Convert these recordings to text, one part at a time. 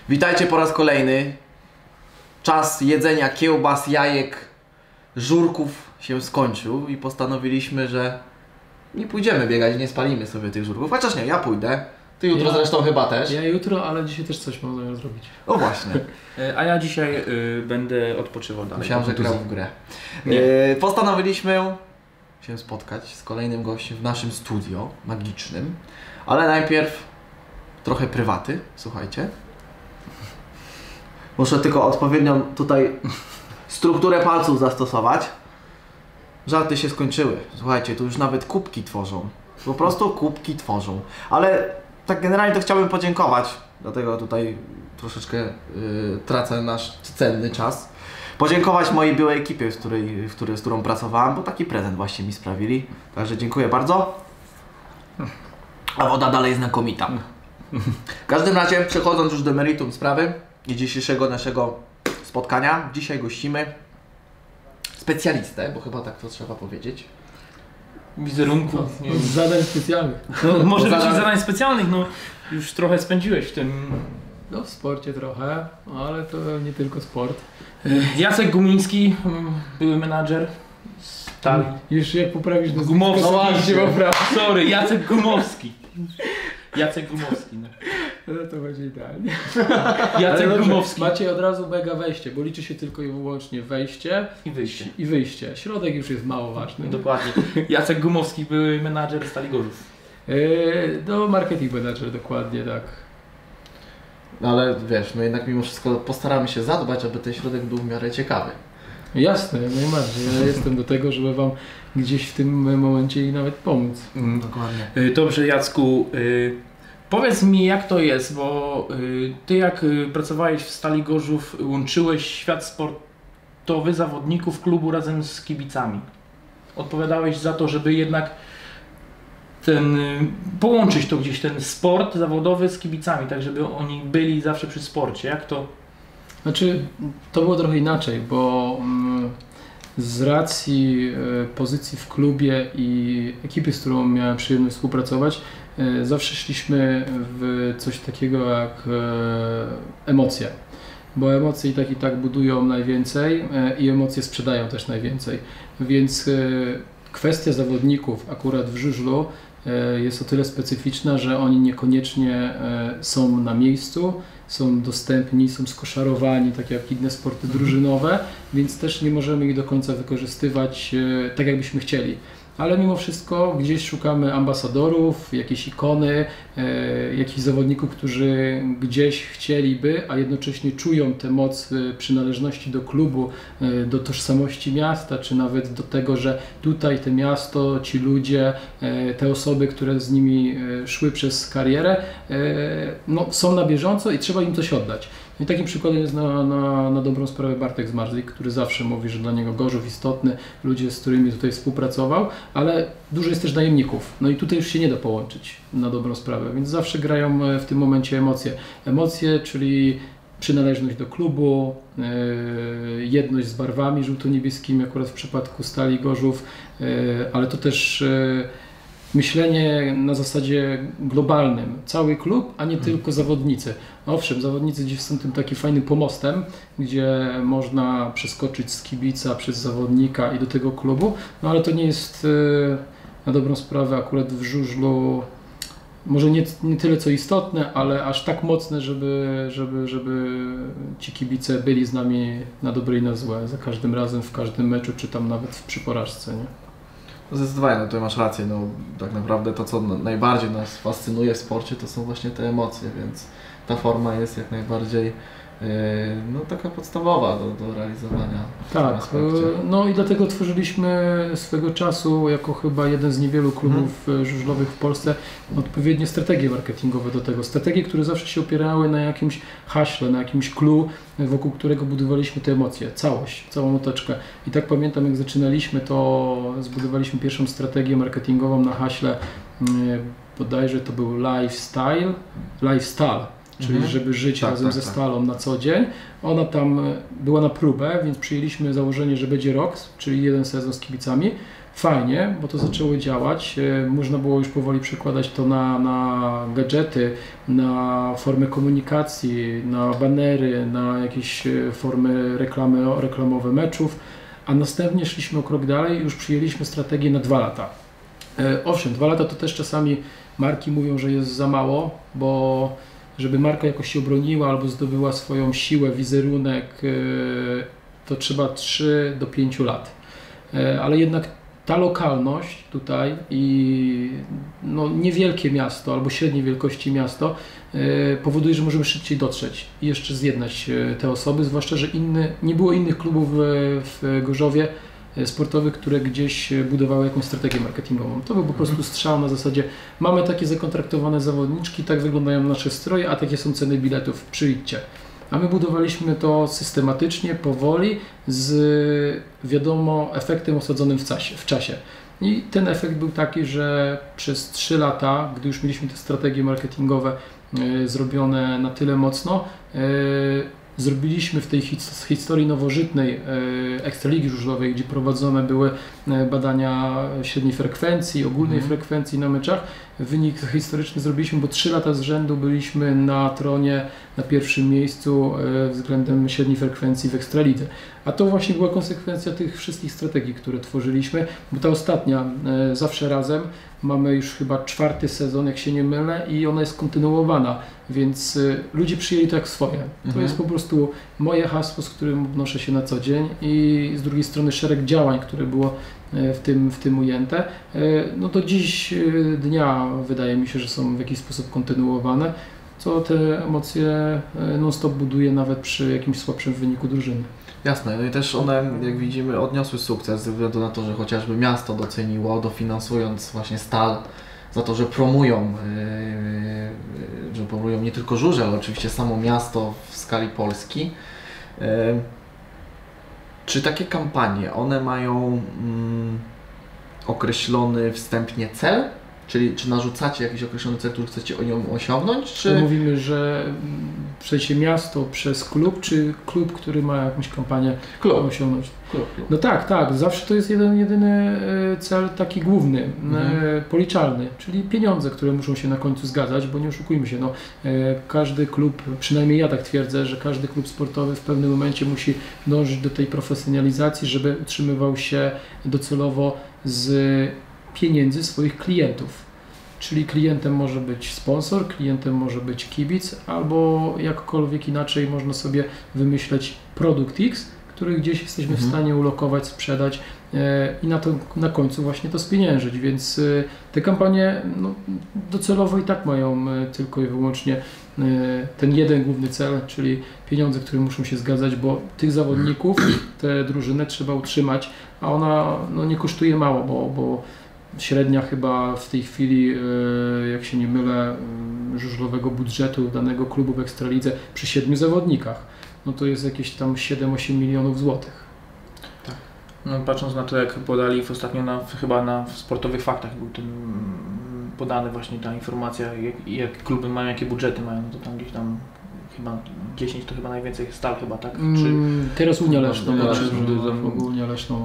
Witajcie po raz kolejny. Czas jedzenia kiełbas, jajek, żurków się skończył i postanowiliśmy, że nie pójdziemy biegać, nie spalimy sobie tych żurków. Chociaż nie, ja pójdę. Ty jutro zresztą chyba też. Ja jutro, ale dzisiaj też coś mam zamiar zrobić. O właśnie. A ja dzisiaj będę odpoczywał dalej. Myślałem, że grał w grę. Postanowiliśmy się spotkać z kolejnym gościem w naszym studio magicznym, ale najpierw trochę prywaty, słuchajcie. Muszę tylko odpowiednią tutaj strukturę palców zastosować. Żarty się skończyły. Słuchajcie, tu już nawet kubki tworzą. Po prostu kubki tworzą. Ale tak generalnie to chciałbym podziękować. Dlatego tutaj troszeczkę tracę nasz cenny czas. Podziękować mojej byłej ekipie, z którą pracowałem, bo taki prezent właśnie mi sprawili. Także dziękuję bardzo. A woda dalej znakomita. W każdym razie, przechodząc już do meritum sprawy i dzisiejszego naszego spotkania, dzisiaj gościmy specjalistę, bo chyba tak to trzeba powiedzieć. Wizerunku. Z zadań specjalnych. No, może być zadań specjalnych, no już trochę spędziłeś w tym. No w sporcie trochę, ale to nie tylko sport. Jacek Gumiński, były menadżer. Tak. Już jak poprawisz do Gumowski. no właśnie, Sorry, Jacek Gumowski. Jacek Gumowski. No to będzie idealnie. Jacek Gumowski. Macie od razu mega wejście, bo liczy się tylko i wyłącznie wejście i wyjście. Środek już jest mało ważny. Dokładnie. Jacek Gumowski, były menadżer Stali Gorzów. No marketing manager, dokładnie tak. No ale wiesz, my jednak mimo wszystko postaramy się zadbać, aby ten środek był w miarę ciekawy. Jasne, najbardziej. Ja jestem do tego, żeby Wam gdzieś w tym momencie i nawet pomóc. Dokładnie. Dobrze, Jacku. Powiedz mi, jak to jest, bo Ty jak pracowałeś w Stali Gorzów, łączyłeś świat sportowy zawodników klubu razem z kibicami. Odpowiadałeś za to, żeby jednak połączyć to gdzieś, ten sport zawodowy z kibicami, tak żeby oni byli zawsze przy sporcie. Jak to? Znaczy, to było trochę inaczej, bo z racji pozycji w klubie i ekipy, z którą miałem przyjemność współpracować, zawsze szliśmy w coś takiego jak emocje. Bo emocje i tak budują najwięcej i emocje sprzedają też najwięcej. Więc kwestia zawodników akurat w żużlu jest o tyle specyficzna, że oni niekoniecznie są na miejscu, są dostępni, są skoszarowani, tak jak inne sporty drużynowe, więc też nie możemy ich do końca wykorzystywać tak, jakbyśmy chcieli. Ale mimo wszystko gdzieś szukamy ambasadorów, jakieś ikony, jakichś zawodników, którzy gdzieś chcieliby, a jednocześnie czują tę moc przynależności do klubu, do tożsamości miasta, czy nawet do tego, że tutaj to miasto, ci ludzie, te osoby, które z nimi szły przez karierę, no, są na bieżąco i trzeba im coś oddać. I takim przykładem jest na dobrą sprawę Bartek Zmarzlik, który zawsze mówi, że dla niego Gorzów istotny, ludzie, z którymi tutaj współpracował, ale dużo jest też najemników. No i tutaj już się nie da połączyć na dobrą sprawę, więc zawsze grają w tym momencie emocje. Emocje, czyli przynależność do klubu, jedność z barwami żółto-niebieskimi, akurat w przypadku Stali Gorzów, ale to też myślenie na zasadzie globalnym. Cały klub, a nie tylko zawodnicy. Owszem, zawodnicy gdzieś są tym takim fajnym pomostem, gdzie można przeskoczyć z kibica przez zawodnika i do tego klubu, no ale to nie jest na dobrą sprawę akurat w żużlu może nie tyle co istotne, ale aż tak mocne, żeby ci kibice byli z nami na dobre i na złe, za każdym razem, w każdym meczu, czy tam nawet przy porażce, nie? Zdecydowanie, no tutaj masz rację, no tak naprawdę to, co najbardziej nas fascynuje w sporcie, to są właśnie te emocje, więc ta forma jest jak najbardziej no taka podstawowa do realizowania. Tak, no i dlatego tworzyliśmy swego czasu, jako chyba jeden z niewielu klubów żużlowych w Polsce, odpowiednie strategie marketingowe do tego. Strategie, które zawsze się opierały na jakimś haśle, na jakimś clue, wokół którego budowaliśmy te emocje, całość, całą otoczkę. I tak pamiętam, jak zaczynaliśmy, to zbudowaliśmy pierwszą strategię marketingową na haśle, bodajże to był lifestyle, czyli żeby żyć razem ze Stalą na co dzień. Ona tam była na próbę, więc przyjęliśmy założenie, że będzie rok, czyli jeden sezon z kibicami. fajnie, bo to zaczęło działać. Można było już powoli przekładać to na gadżety, na formę komunikacji, na banery, na jakieś formy reklamowe meczów, a następnie szliśmy o krok dalej i już przyjęliśmy strategię na 2 lata. Owszem, 2 lata to też czasami marki mówią, że jest za mało, bo żeby marka jakoś się obroniła albo zdobyła swoją siłę, wizerunek, to trzeba 3 do 5 lat. Ale jednak ta lokalność tutaj i niewielkie miasto albo średniej wielkości miasto powoduje, że możemy szybciej dotrzeć i jeszcze zjednać te osoby, zwłaszcza, że nie było innych klubów w Gorzowie sportowych, które gdzieś budowały jakąś strategię marketingową. To był po prostu strzał na zasadzie mamy takie zakontraktowane zawodniczki, tak wyglądają nasze stroje, a takie są ceny biletów, przyjdźcie. A my budowaliśmy to systematycznie, powoli, z wiadomo efektem osadzonym w czasie. I ten efekt był taki, że przez 3 lata, gdy już mieliśmy te strategie marketingowe zrobione na tyle mocno, zrobiliśmy w tej historii nowożytnej Ekstraligi Żużlowej, gdzie prowadzone były badania średniej frekwencji, ogólnej frekwencji na meczach. Wynik historyczny zrobiliśmy, bo 3 lata z rzędu byliśmy na tronie, na pierwszym miejscu względem średniej frekwencji w Ekstralidze. A to właśnie była konsekwencja tych wszystkich strategii, które tworzyliśmy, bo ta ostatnia, Zawsze Razem, mamy już chyba 4. sezon, jak się nie mylę, i ona jest kontynuowana, więc ludzie przyjęli to jak swoje. To jest po prostu moje hasło, z którym odnoszę się na co dzień, i z drugiej strony szereg działań, które było w tym ujęte. No do dziś dnia wydaje mi się, że są w jakiś sposób kontynuowane, co te emocje non-stop buduje nawet przy jakimś słabszym wyniku drużyny. Jasne, no i też one, jak widzimy, odniosły sukces ze względu na to, że chociażby miasto doceniło, dofinansując właśnie Stal za to, że promują nie tylko żużel, ale oczywiście samo miasto w skali Polski. Czy takie kampanie, one mają określony wstępnie cel? Czyli czy narzucacie jakiś określony cel, który chcecie osiągnąć? Czy mówimy, że w sensie miasto przez klub, czy klub, który ma jakąś kampanię osiągnąć? Klub. No tak. Zawsze to jest jedyny cel taki główny, policzalny, czyli pieniądze, które muszą się na końcu zgadzać, bo nie oszukujmy się, każdy klub, przynajmniej ja tak twierdzę, że każdy klub sportowy w pewnym momencie musi dążyć do tej profesjonalizacji, żeby utrzymywał się docelowo z pieniędzy swoich klientów. Czyli klientem może być sponsor, klientem może być kibic, albo jakkolwiek inaczej można sobie wymyśleć produkt X, który gdzieś jesteśmy w stanie ulokować, sprzedać i na końcu właśnie to spieniężyć. Więc te kampanie docelowo i tak mają tylko i wyłącznie ten jeden główny cel, czyli pieniądze, które muszą się zgadzać, bo tych zawodników, tę drużynę trzeba utrzymać, a ona nie kosztuje mało, bo średnia chyba w tej chwili, jak się nie mylę, żużlowego budżetu danego klubu w Ekstralidze przy 7 zawodnikach, to jest jakieś tam 7-8 milionów złotych. Tak. Patrząc na to, jak podali ostatnio chyba na Sportowych Faktach był ten podany właśnie ta informacja, jak kluby mają, jakie budżety mają, to tam gdzieś tam chyba 10 to chyba najwięcej Stal chyba, tak? Teraz Unia Leszno, Unia Leszno.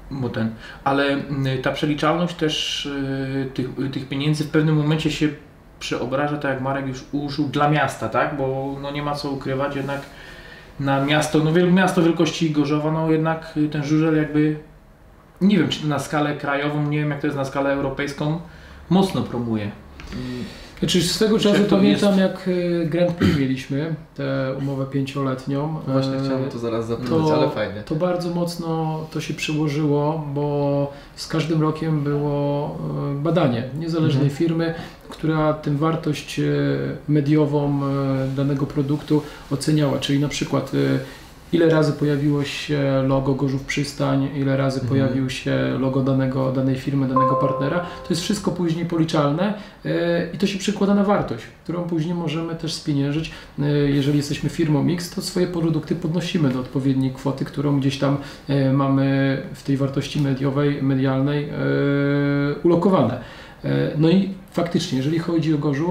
Ale ta przeliczalność też tych pieniędzy w pewnym momencie się przeobraża, tak jak Marek już użył, dla miasta, tak? Bo nie ma co ukrywać, jednak na miasto, miasto wielkości Gorzowa, jednak ten żużel jakby, nie wiem czy to na skalę krajową, nie wiem jak to jest na skalę europejską, mocno promuje. Znaczy swego czasu pamiętam jak Grand Prix mieliśmy, tę umowę 5-letnią. Właśnie chciałem to zaraz zapytać, ale fajnie. To bardzo mocno to się przełożyło, bo z każdym rokiem było badanie niezależnej firmy, która tę wartość mediową danego produktu oceniała, czyli na przykład ile razy pojawiło się logo Gorzów Przystań, ile razy pojawił się logo danej firmy, danego partnera. To jest wszystko później policzalne i to się przekłada na wartość, którą później możemy też spieniężyć. Jeżeli jesteśmy firmą X, to swoje produkty podnosimy do odpowiedniej kwoty, którą gdzieś tam mamy w tej wartości medialnej ulokowane. No i faktycznie, jeżeli chodzi o Gorzów,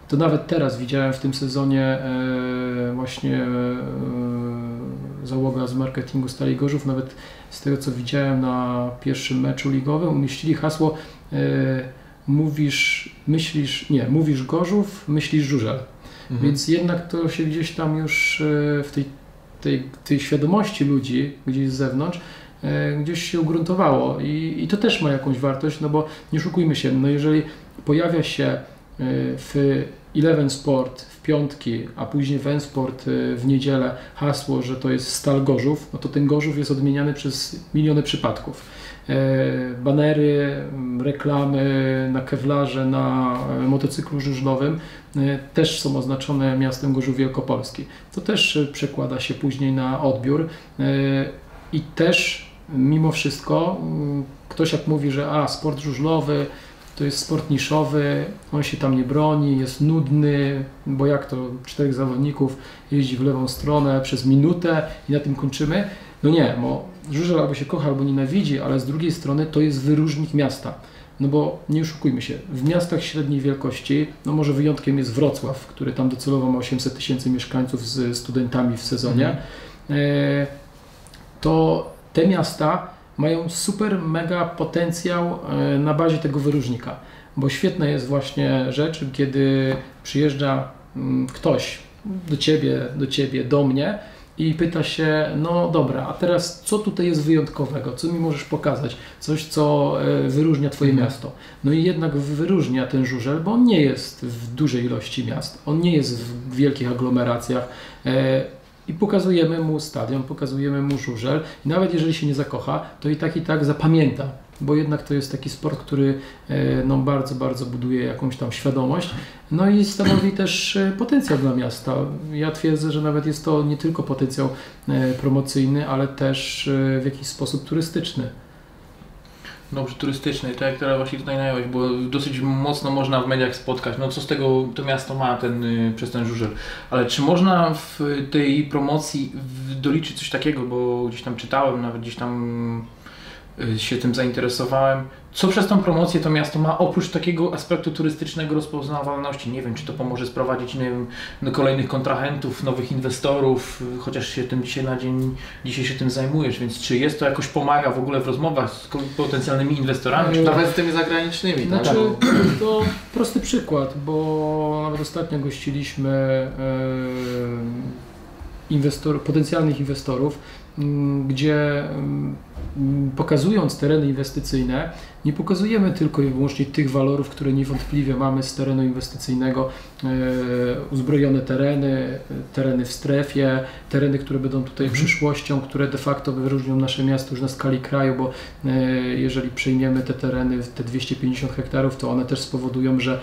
to nawet teraz widziałem w tym sezonie właśnie załoga z marketingu Stali Gorzów, nawet z tego co widziałem na pierwszym meczu ligowym, umieścili hasło mówisz Gorzów, myślisz Żużel. Więc jednak to się gdzieś tam już w tej świadomości ludzi, gdzieś z zewnątrz, gdzieś się ugruntowało i to też ma jakąś wartość, no bo nie oszukujmy się, no jeżeli pojawia się w Eleven Sport w piątki, a później w N-Sport w niedzielę hasło, że to jest Stal Gorzów, no to ten Gorzów jest odmieniany przez miliony przypadków. Banery, reklamy na kewlarze, na motocyklu żużlowym też są oznaczone miastem Gorzów Wielkopolski. To też przekłada się później na odbiór i też mimo wszystko ktoś jak mówi, że sport żużlowy to jest sport niszowy, on się tam nie broni, jest nudny, bo jak to 4 zawodników jeździ w lewą stronę przez minutę i na tym kończymy. No nie, bo żużel albo się kocha, albo nienawidzi, ale z drugiej strony to jest wyróżnik miasta. No bo nie oszukujmy się, w miastach średniej wielkości, no może wyjątkiem jest Wrocław, który tam docelowo ma 800 000 mieszkańców z studentami w sezonie, to te miasta mają super, mega potencjał na bazie tego wyróżnika, bo świetna jest właśnie rzecz, kiedy przyjeżdża ktoś do Ciebie, do mnie i pyta się, no dobra, a teraz co tutaj jest wyjątkowego, co mi możesz pokazać, coś co wyróżnia Twoje miasto. No i jednak wyróżnia ten żużel, bo on nie jest w dużej ilości miast, on nie jest w wielkich aglomeracjach, i pokazujemy mu stadion, pokazujemy mu żużel i nawet jeżeli się nie zakocha, to i tak zapamięta, bo jednak to jest taki sport, który no, bardzo, bardzo buduje jakąś tam świadomość, no i stanowi też potencjał dla miasta. Ja twierdzę, że nawet jest to nie tylko potencjał promocyjny, ale też w jakiś sposób turystyczny. Dobrze, turystyczny, tak jak teraz właśnie tutaj nająłeś, bo dosyć mocno można w mediach spotkać, no co z tego to miasto ma przez ten żużel, ale czy można w tej promocji doliczyć coś takiego, bo gdzieś tam czytałem, nawet gdzieś tam się tym zainteresowałem, co przez tą promocję to miasto ma oprócz takiego aspektu turystycznego rozpoznawalności, nie wiem, czy to pomoże sprowadzić, nie wiem, do kolejnych kontrahentów, nowych inwestorów, chociaż się tym dzisiaj się tym zajmujesz, więc czy jest to jakoś pomaga w ogóle w rozmowach z potencjalnymi inwestorami? Czy nawet z tymi zagranicznymi, tak? Znaczy, to prosty przykład, bo nawet ostatnio gościliśmy potencjalnych inwestorów, gdzie pokazując tereny inwestycyjne, nie pokazujemy tylko i wyłącznie tych walorów, które niewątpliwie mamy z terenu inwestycyjnego, uzbrojone tereny w strefie, tereny, które będą tutaj przyszłością, które de facto wyróżnią nasze miasto już na skali kraju, bo jeżeli przejmiemy te tereny, te 250 hektarów, to one też spowodują, że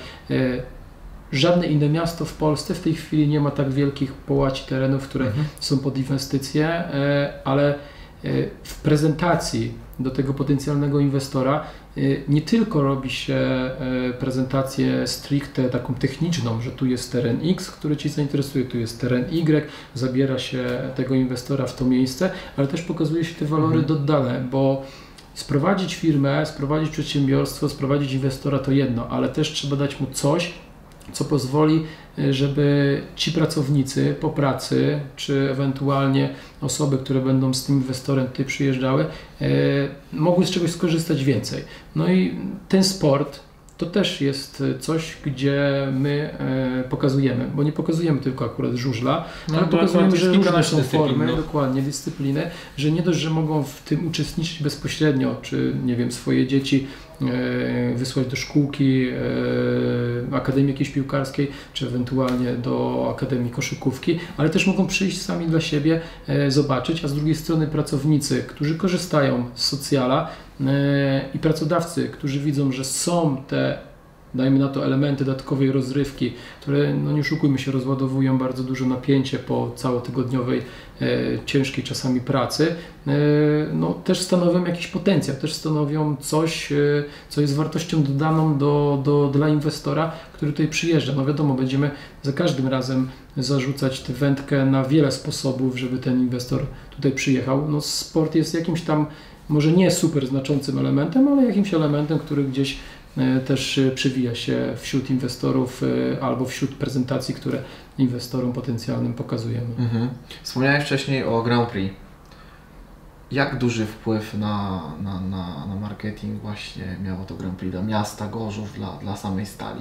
żadne inne miasto w Polsce w tej chwili nie ma tak wielkich połaci terenów, które są pod inwestycje, ale w prezentacji do tego potencjalnego inwestora nie tylko robi się prezentację stricte taką techniczną, że tu jest teren X, który Ci zainteresuje, tu jest teren Y, zabiera się tego inwestora w to miejsce, ale też pokazuje się te walory doddane, bo sprowadzić firmę, sprowadzić przedsiębiorstwo, sprowadzić inwestora to jedno, ale też trzeba dać mu coś, co pozwoli, żeby ci pracownicy po pracy, czy ewentualnie osoby, które będą z tym inwestorem tutaj przyjeżdżały, mogły z czegoś skorzystać więcej. No i ten sport to też jest coś, gdzie my pokazujemy, bo nie pokazujemy tylko akurat żużla, ale pokazujemy, że różne są formy, dokładnie, dyscypliny, że nie dość, że mogą w tym uczestniczyć bezpośrednio, czy nie wiem, swoje dzieci wysłać do szkółki, akademii jakiejś piłkarskiej, czy ewentualnie do akademii koszykówki, ale też mogą przyjść sami dla siebie, zobaczyć, a z drugiej strony pracownicy, którzy korzystają z socjala i pracodawcy, którzy widzą, że są te, dajmy na to, elementy dodatkowej rozrywki, które, no nie oszukujmy się, rozładowują bardzo duże napięcie po całotygodniowej, ciężkiej czasami pracy, no też stanowią jakiś potencjał, też stanowią coś, co jest wartością dodaną dla inwestora, który tutaj przyjeżdża. No wiadomo, będziemy za każdym razem zarzucać tę wędkę na wiele sposobów, żeby ten inwestor tutaj przyjechał. No sport jest jakimś tam, może nie super znaczącym elementem, ale jakimś elementem, który gdzieś też przewija się wśród inwestorów albo wśród prezentacji, które inwestorom potencjalnym pokazujemy. Wspomniałeś wcześniej o Grand Prix. Jak duży wpływ na marketing właśnie miało to Grand Prix dla miasta Gorzów, dla samej Stali?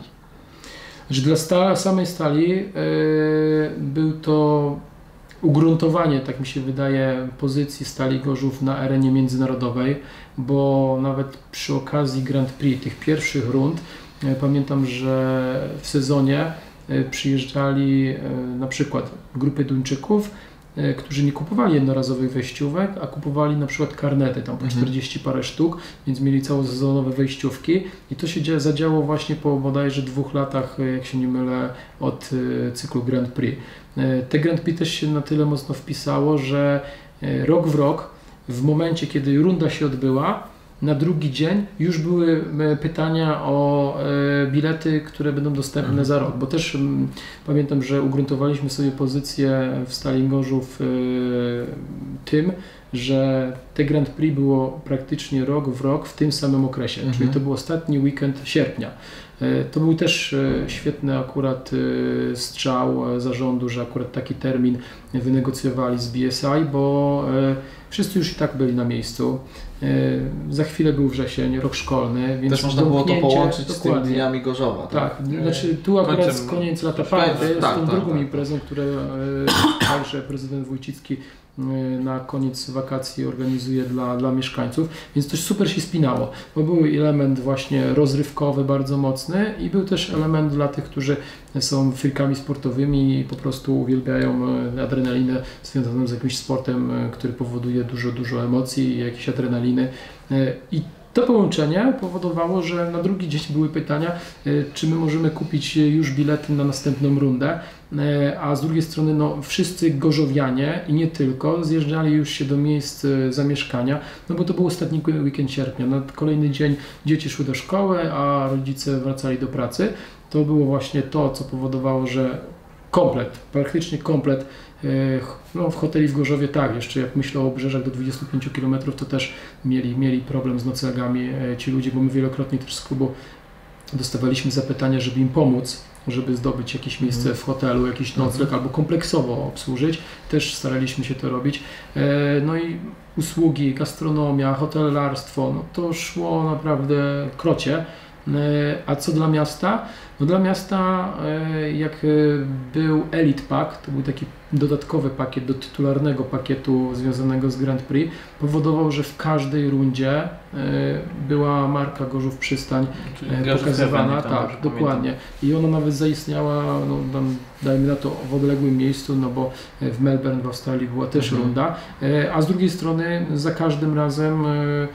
Dla samej Stali był to ugruntowanie, tak mi się wydaje, pozycji Stali Gorzów na arenie międzynarodowej, bo nawet przy okazji Grand Prix, tych pierwszych rund, pamiętam, że w sezonie przyjeżdżali na przykład grupy Duńczyków, którzy nie kupowali jednorazowych wejściówek, a kupowali na przykład karnety, tam po 40 parę sztuk, więc mieli całosezonowe wejściówki i to się zadziało właśnie po bodajże 2 latach, jak się nie mylę, od cyklu Grand Prix. Te Grand Prix też się na tyle mocno wpisało, że rok w rok, w momencie kiedy runda się odbyła, na drugi dzień już były pytania o bilety, które będą dostępne za rok, bo też pamiętam, że ugruntowaliśmy sobie pozycję w Stali Gorzów tym, że te Grand Prix było praktycznie rok w rok w tym samym okresie, czyli to był ostatni weekend sierpnia. To był też świetny akurat strzał zarządu, że akurat taki termin wynegocjowali z BSI, bo wszyscy już i tak byli na miejscu. Za chwilę był wrzesień, rok szkolny, więc też można było to połączyć dokładnie z tymi dniami Gorzowa. Tak, znaczy tu akurat koniec lata party, z tą drugą imprezą, które także prezydent Wójcicki na koniec wakacji organizuje dla mieszkańców, więc to super się spinało, bo był element właśnie rozrywkowy bardzo mocny i był też element dla tych, którzy są frikami sportowymi i po prostu uwielbiają adrenalinę związaną z jakimś sportem, który powoduje dużo emocji i jakiejś adrenaliny. I to połączenie powodowało, że na drugi dzień były pytania, czy my możemy kupić już bilety na następną rundę, a z drugiej strony no, wszyscy gorzowianie i nie tylko zjeżdżali już się do miejsc zamieszkania, no bo to był ostatni weekend sierpnia. Na kolejny dzień dzieci szły do szkoły, a rodzice wracali do pracy. To było właśnie to, co powodowało, że praktycznie komplet no, w hoteli w Gorzowie tak, jeszcze jak myślę o obrzeżach do 25 km, to też mieli problem z noclegami ci ludzie, bo my wielokrotnie też z klubu dostawaliśmy zapytania, żeby im pomóc, żeby zdobyć jakieś miejsce w hotelu, jakiś nocleg albo kompleksowo obsłużyć. Też staraliśmy się to robić. No i usługi, gastronomia, hotelarstwo, no to szło naprawdę krocie. A co dla miasta? No dla miasta jak był Elite Pack, to był taki dodatkowy pakiet do tytularnego pakietu związanego z Grand Prix, powodował, że w każdej rundzie była marka Gorzów Przystań pokazywana. Tak, dokładnie. I ona nawet zaistniała, no, tam, dajmy na to, w odległym miejscu, no bo w Melbourne w Australii była też runda, a z drugiej strony za każdym razem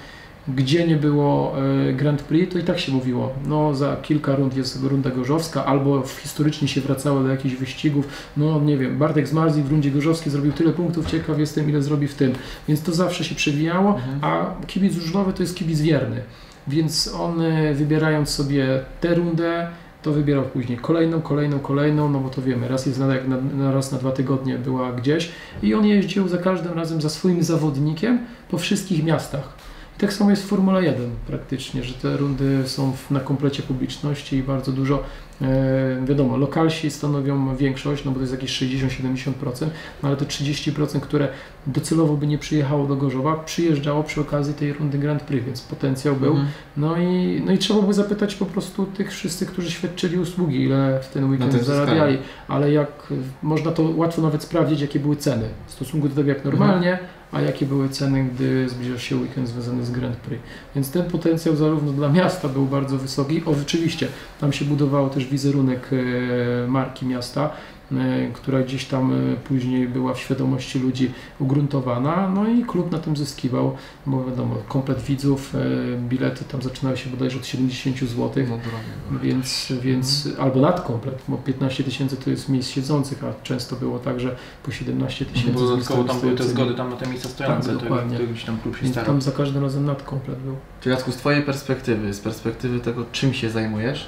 gdzie nie było Grand Prix, to i tak się mówiło, no za kilka rund jest runda gorzowska, albo historycznie się wracało do jakichś wyścigów, no nie wiem, Bartek Zmarzlik w rundzie gorzowskiej zrobił tyle punktów, ciekaw jestem ile zrobi w tym, więc to zawsze się przewijało, a kibic żużlowy to jest kibic wierny, więc on wybierając sobie tę rundę, to wybierał później kolejną, no bo to wiemy, raz jest raz na 2 tygodnie była gdzieś i on jeździł za każdym razem za swoim zawodnikiem po wszystkich miastach. Tak samo jest w Formule 1 praktycznie, że te rundy są na komplecie publiczności i bardzo dużo, wiadomo, lokalsi stanowią większość, no bo to jest jakieś 60-70%, no ale to 30%, które docelowo by nie przyjechało do Gorzowa, przyjeżdżało przy okazji tej rundy Grand Prix, więc potencjał był. No i trzeba by zapytać po prostu tych wszyscy, którzy świadczyli usługi, ile w ten weekend zarabiali, ale jak można to łatwo nawet sprawdzić, jakie były ceny w stosunku do tego, jak normalnie, a jakie były ceny, gdy zbliżał się weekend związany z Grand Prix. Więc ten potencjał zarówno dla miasta był bardzo wysoki. Oczywiście tam się budował też wizerunek marki miasta, która gdzieś tam później była w świadomości ludzi ugruntowana, no i klub na tym zyskiwał, bo wiadomo, komplet widzów, bilety tam zaczynały się bodajże od 70 zł, no, więc albo nadkomplet, bo 15 000 to jest miejsc siedzących, a często było tak, że po 17 000 bo dodatkowo tam były te zgody tam na te miejsca stojące, tak, to gdzieś tam klub się więc starał. Tam za każdym razem nadkomplet był. Czy Jacku, z Twojej perspektywy, z perspektywy tego, czym się zajmujesz,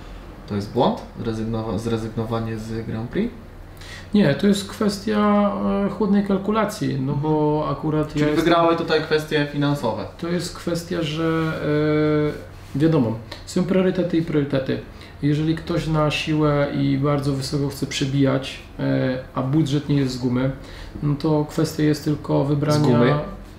to jest błąd? Zrezygnowanie z Grand Prix? Nie, to jest kwestia chłodnej kalkulacji, no bo akurat Czyli wygrały tutaj kwestie finansowe. To jest kwestia, że wiadomo, są priorytety i priorytety. Jeżeli ktoś na siłę i bardzo wysoko chce przebijać, a budżet nie jest z gumy, no to kwestia jest tylko wybrania... Z gumy?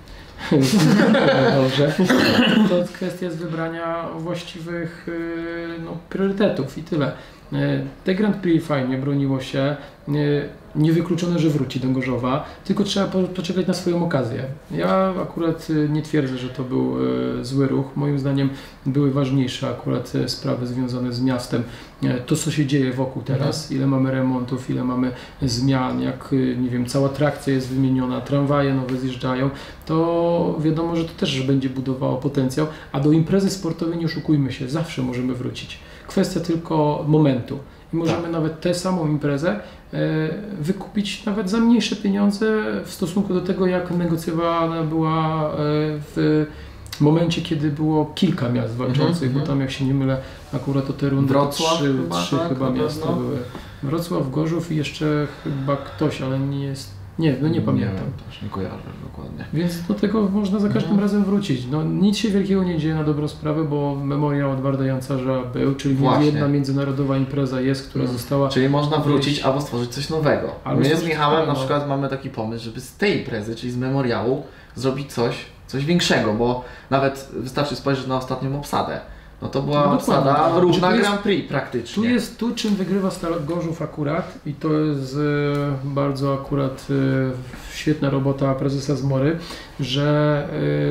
Dobrze. To kwestia jest wybrania właściwych priorytetów i tyle. Te Grand Prix fajnie broniło się, niewykluczone, że wróci do Gorzowa, tylko trzeba poczekać na swoją okazję. Ja akurat nie twierdzę, że to był zły ruch. Moim zdaniem były ważniejsze akurat sprawy związane z miastem. To, co się dzieje wokół teraz, ile mamy remontów, ile mamy zmian, jak nie wiem, cała trakcja jest wymieniona, tramwaje nowe zjeżdżają, to wiadomo, że to też będzie budowało potencjał, a do imprezy sportowej nie oszukujmy się, zawsze możemy wrócić. Kwestia tylko momentu. I możemy nawet tę samą imprezę wykupić nawet za mniejsze pieniądze w stosunku do tego, jak negocjowana była w momencie, kiedy było kilka miast walczących, bo tam, jak się nie mylę, akurat o te rundy Wrocław trzy chyba miasta były. Wrocław, Gorzów i jeszcze chyba ktoś, ale nie jest... Nie pamiętam. Nie, też nie kojarzę dokładnie. Więc do tego można za każdym razem wrócić. No, nic się wielkiego nie dzieje na dobrą sprawę, bo memoriał Edwarda Jancarza był, czyli jedna międzynarodowa impreza jest, która została... Czyli można wrócić albo stworzyć coś nowego. My z Michałem na przykład mamy taki pomysł, żeby z tej imprezy, czyli z memoriału, zrobić coś większego, bo nawet wystarczy spojrzeć na ostatnią obsadę. No to była obsada równa Grand Prix praktycznie. Tu czym wygrywa Stal Gorzów akurat i to jest bardzo akurat świetna robota prezesa Zmory, że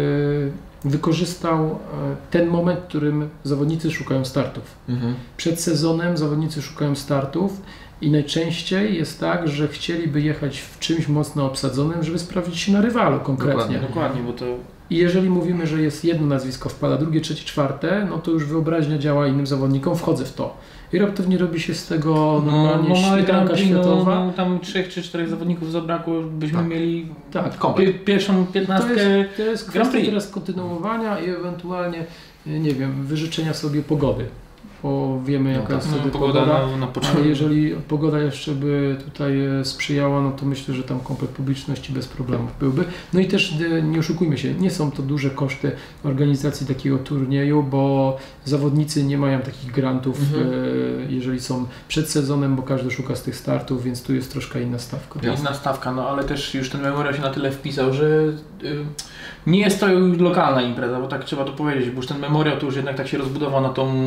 wykorzystał ten moment, w którym zawodnicy szukają startów. Przed sezonem zawodnicy szukają startów i najczęściej jest tak, że chcieliby jechać w czymś mocno obsadzonym, żeby sprawdzić się na rywalu konkretnie. Dokładnie, bo to... I jeżeli mówimy, że jest jedno nazwisko wpada, drugie, trzecie, czwarte, no to już wyobraźnia działa innym zawodnikom, wchodzę w to. I raptownie robi się z tego normalnie świetanka światowa. Tam 3 czy 4 zawodników zabrakło, byśmy mieli komplet. Pierwszą 15 to jest kwestia teraz kontynuowania i ewentualnie, nie wiem, wyżyczenia sobie pogody. Bo wiemy, jaka jest wtedy pogoda. A jeżeli pogoda jeszcze by tutaj sprzyjała, no to myślę, że tam komplet publiczności bez problemów byłby. No i też nie oszukujmy się, nie są to duże koszty organizacji takiego turnieju, bo zawodnicy nie mają takich grantów, jeżeli są przed sezonem, bo każdy szuka z tych startów, więc tu jest troszkę inna stawka. Inna stawka, no ale też już ten memoriał się na tyle wpisał, że nie jest to już lokalna impreza, bo tak trzeba to powiedzieć, bo już ten memoriał to już jednak tak się rozbudował na tą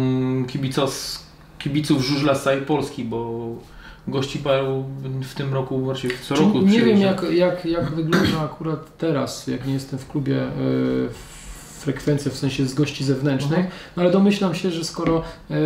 kibiców żużla z całej Polski, bo gości paru w tym roku, właściwie co roku. Nie wiem jak wygląda akurat teraz, jak nie jestem w klubie, frekwencja w sensie z gości zewnętrznych, no ale domyślam się, że skoro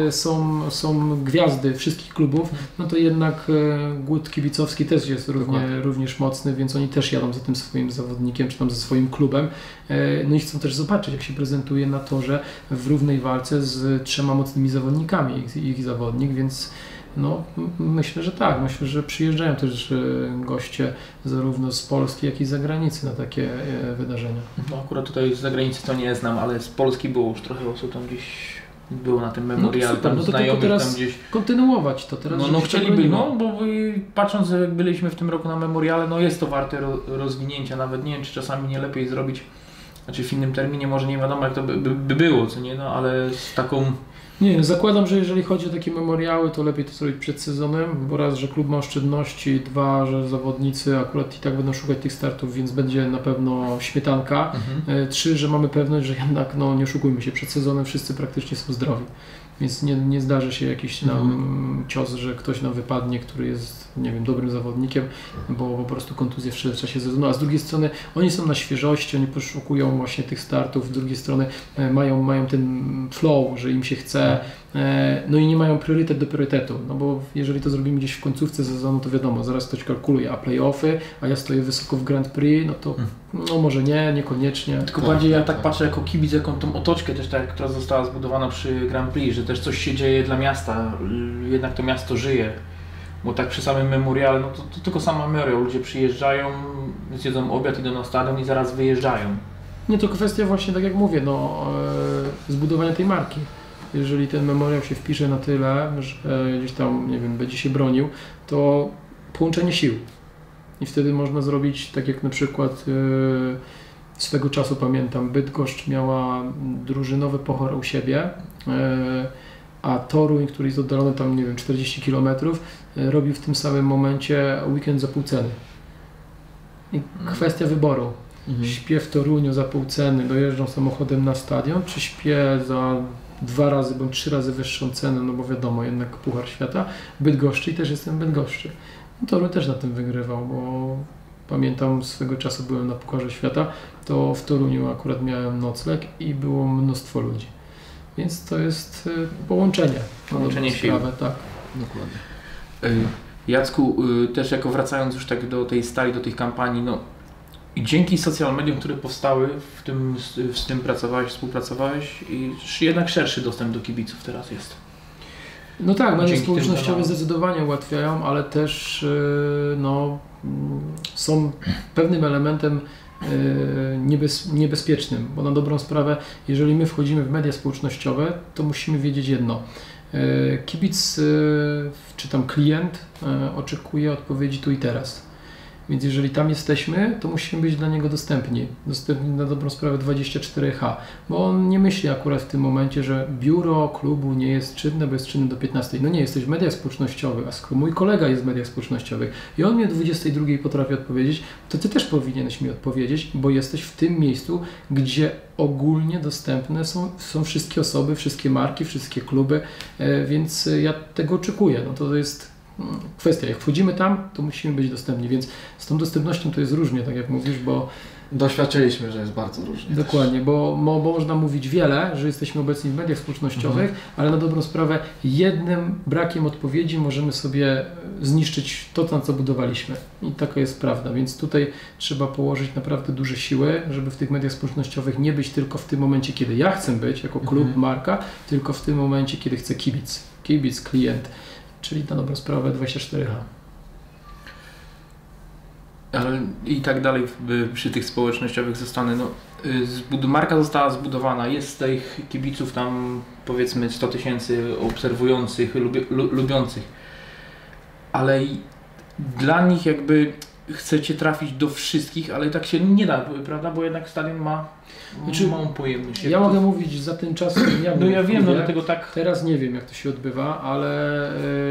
są gwiazdy wszystkich klubów, no to jednak głód kibicowski też jest również mocny, więc oni też jadą za tym swoim zawodnikiem, czy tam za swoim klubem, no i chcą też zobaczyć, jak się prezentuje na torze w równej walce z 3 mocnymi zawodnikami ich zawodnik, więc no, myślę, że tak. Myślę, że przyjeżdżają też goście zarówno z Polski, jak i z zagranicy na takie wydarzenia. No akurat tutaj z zagranicy to nie znam, ale z Polski było już trochę osób tam gdzieś było na tym memoriale, tam to znajomych teraz tam gdzieś. Kontynuować to teraz. No chcieliby, bo patrząc, jak byliśmy w tym roku na memoriale, no jest to warte rozwinięcia, nawet nie wiem, czy czasami nie lepiej zrobić, znaczy w innym terminie, może nie wiadomo jak to by było, co nie, no ale z taką... Nie, zakładam, że jeżeli chodzi o takie memoriały, to lepiej to zrobić przed sezonem, bo raz, że klub ma oszczędności, 2, że zawodnicy akurat i tak będą szukać tych startów, więc będzie na pewno śmietanka. 3, że mamy pewność, że jednak, no nie oszukujmy się, przed sezonem wszyscy praktycznie są zdrowi. Więc nie zdarzy się jakiś nam cios, że ktoś nam wypadnie, który jest, nie wiem, dobrym zawodnikiem, bo po prostu kontuzje w czasie sezonu, a z drugiej strony oni są na świeżości, oni poszukują właśnie tych startów, z drugiej strony mają ten flow, że im się chce, no i nie mają priorytet do priorytetu, no bo jeżeli to zrobimy gdzieś w końcówce sezonu, to wiadomo, zaraz ktoś kalkuluje, a play-offy, a ja stoję wysoko w Grand Prix, no to no może niekoniecznie. Tylko bardziej ja tak patrzę jako kibic, jaką tą otoczkę też tak, która została zbudowana przy Grand Prix, że też coś się dzieje dla miasta, jednak to miasto żyje. Bo tak przy samym memoriale, no to tylko sam memoriał, ludzie przyjeżdżają, zjedzą obiad, idą na stadion i zaraz wyjeżdżają. Nie, to kwestia właśnie, tak jak mówię, no, zbudowania tej marki. Jeżeli ten memoriał się wpisze na tyle, że gdzieś tam, nie wiem, będzie się bronił, to połączenie sił. I wtedy można zrobić, tak jak na przykład Swego czasu pamiętam, Bydgoszcz miała drużynowy puchar u siebie, a Toruń, który jest oddalony tam, nie wiem, 40 km, robił w tym samym momencie weekend za pół ceny. I kwestia wyboru. Śpię w Toruniu za pół ceny, dojeżdżam samochodem na stadion, czy śpię za 2 razy bądź 3 razy wyższą cenę, no bo wiadomo, jednak Puchar Świata, Bydgoszczy i też jestem w Bydgoszczy. No Toruń też na tym wygrywał, bo pamiętam, swego czasu byłem na Pucharze Świata, to w Toruniu akurat miałem nocleg i było mnóstwo ludzi. Więc to jest połączenie. Połączenie sił. Tak. Dokładnie. Jacku, też jako wracając już tak do tej stali, do tych kampanii, no i dzięki social mediom, które powstały, z tym pracowałeś, współpracowałeś i jednak szerszy dostęp do kibiców teraz jest. No tak, media Dzięki społecznościowe tym zdecydowanie ułatwiają, ale też no, są pewnym elementem niebezpiecznym, bo na dobrą sprawę, jeżeli my wchodzimy w media społecznościowe, to musimy wiedzieć jedno. Kibic czy tam klient oczekuje odpowiedzi tu i teraz. Więc jeżeli tam jesteśmy, to musimy być dla niego dostępni na dobrą sprawę 24H, bo on nie myśli akurat w tym momencie, że biuro klubu nie jest czynne, bo jest czynne do 15. No nie, jesteś w mediach społecznościowych, a skoro mój kolega jest w mediach społecznościowych i on mnie o 22 potrafi odpowiedzieć, to ty też powinieneś mi odpowiedzieć, bo jesteś w tym miejscu, gdzie ogólnie dostępne są wszystkie osoby, wszystkie marki, wszystkie kluby, więc ja tego oczekuję. No to jest kwestia, jak wchodzimy tam, to musimy być dostępni, więc z tą dostępnością to jest różnie, tak jak mówisz, bo Doświadczyliśmy, że jest bardzo różnie. dokładnie, bo można mówić wiele, że jesteśmy obecni w mediach społecznościowych, ale na dobrą sprawę jednym brakiem odpowiedzi możemy sobie zniszczyć to, na co budowaliśmy. I taka jest prawda, więc tutaj trzeba położyć naprawdę duże siły, żeby w tych mediach społecznościowych nie być tylko w tym momencie, kiedy ja chcę być, jako klub, marka, tylko w tym momencie, kiedy chce kibic, klient, czyli na dobrą sprawę 24H. Ale i tak dalej przy tych społecznościowych zostanę. No, marka została zbudowana, jest tych kibiców tam powiedzmy 100 000 obserwujących, lubiących, ale dla nich jakby chcecie trafić do wszystkich, ale tak się nie da, prawda? Bo jednak stadion ma małą pojemność. Ja mogę mówić za tym czasem. No ja wiem, no dlatego tak. Teraz nie wiem, jak to się odbywa, ale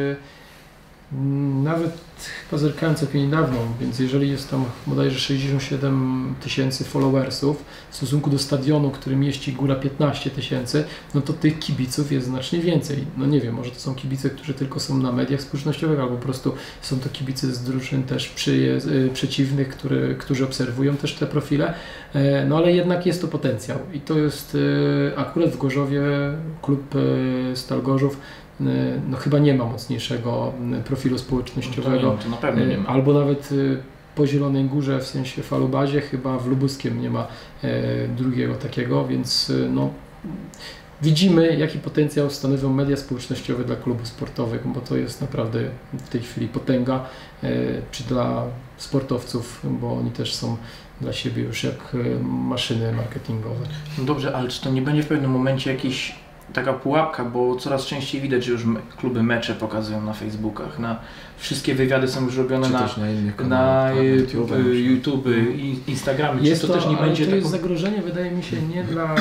nawet chyba zerkałem całkiem niedawno, więc jeżeli jest tam bodajże 67 000 followersów w stosunku do stadionu, który mieści góra 15 000, no to tych kibiców jest znacznie więcej. No nie wiem, może to są kibice, którzy tylko są na mediach społecznościowych, albo po prostu są to kibice z drużyn też przeciwnych, którzy obserwują też te profile, no ale jednak jest to potencjał i to jest akurat w Gorzowie klub Stal Gorzów no chyba nie ma mocniejszego profilu społecznościowego, to na pewno nie ma. Albo nawet po Zielonej Górze, w sensie Falubazie, chyba w Lubuskiem nie ma drugiego takiego, więc no, widzimy, jaki potencjał stanowią media społecznościowe dla klubów sportowych, bo to jest naprawdę w tej chwili potęga, czy dla sportowców, bo oni też są dla siebie już jak maszyny marketingowe. No dobrze, ale czy to nie będzie w pewnym momencie jakiś taka pułapka, bo coraz częściej widać, że już kluby mecze pokazują na Facebookach, wszystkie wywiady są już robione na YouTube, Instagramie. Jest Czy to też nie będzie to jest zagrożenie, wydaje mi się, nie dla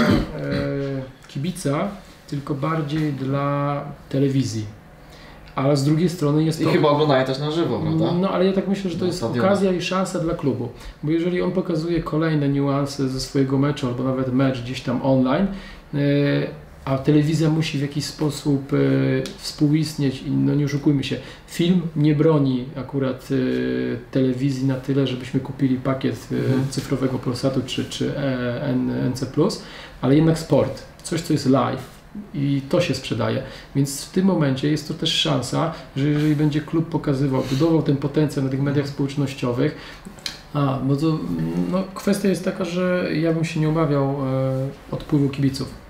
kibica, tylko bardziej dla telewizji. Ale z drugiej strony jest to... I chyba oglądają też na żywo, prawda? No ale ja tak myślę, że to jest okazja i szansa dla klubu. Bo jeżeli on pokazuje kolejne niuanse ze swojego meczu, albo nawet mecz gdzieś tam online, a telewizja musi w jakiś sposób współistnieć i no nie oszukujmy się, film nie broni akurat telewizji na tyle, żebyśmy kupili pakiet cyfrowego Polsatu czy NC+, ale jednak sport, coś co jest live i to się sprzedaje, więc w tym momencie jest to też szansa, że jeżeli będzie klub pokazywał, budował ten potencjał na tych mediach społecznościowych, no to kwestia jest taka, że ja bym się nie obawiał odpływu kibiców.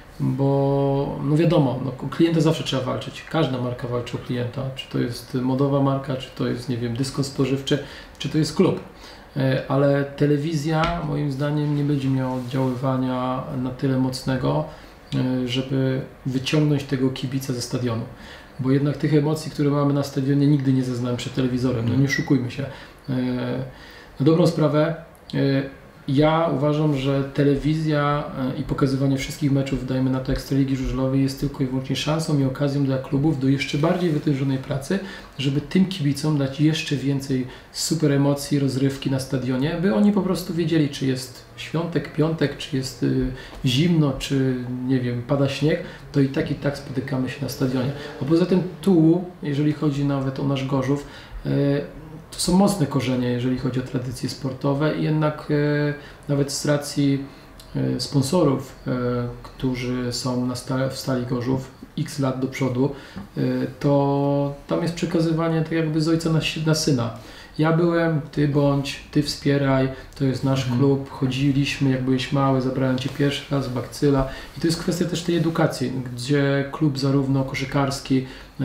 Bo no wiadomo, o klienta zawsze trzeba walczyć. Każda marka walczy o klienta. Czy to jest modowa marka, czy to jest, nie wiem, dyskont spożywczy, czy to jest klub. Ale telewizja moim zdaniem nie będzie miała oddziaływania na tyle mocnego, żeby wyciągnąć tego kibica ze stadionu. Bo jednak tych emocji, które mamy na stadionie, nigdy nie zaznałem przed telewizorem. No nie oszukujmy się. Na dobrą sprawę Ja uważam, że telewizja i pokazywanie wszystkich meczów, dajmy na to Ekstraligi Żużlowej, jest tylko i wyłącznie szansą i okazją dla klubów do jeszcze bardziej wytężonej pracy, żeby tym kibicom dać jeszcze więcej super emocji, rozrywki na stadionie, by oni po prostu wiedzieli, czy jest świątek, piątek, czy jest zimno, czy nie wiem, pada śnieg, to i tak spotykamy się na stadionie. A poza tym tu, jeżeli chodzi nawet o nasz Gorzów, to są mocne korzenie, jeżeli chodzi o tradycje sportowe i jednak nawet z racji sponsorów, którzy są w Stali Gorzów x lat do przodu, to tam jest przekazywanie tak jakby z ojca na syna. Ja byłem, ty bądź, ty wspieraj, to jest nasz klub, chodziliśmy, jak byłeś mały, zabrałem cię pierwszy raz z bakcyla i to jest kwestia też tej edukacji, gdzie klub zarówno koszykarski,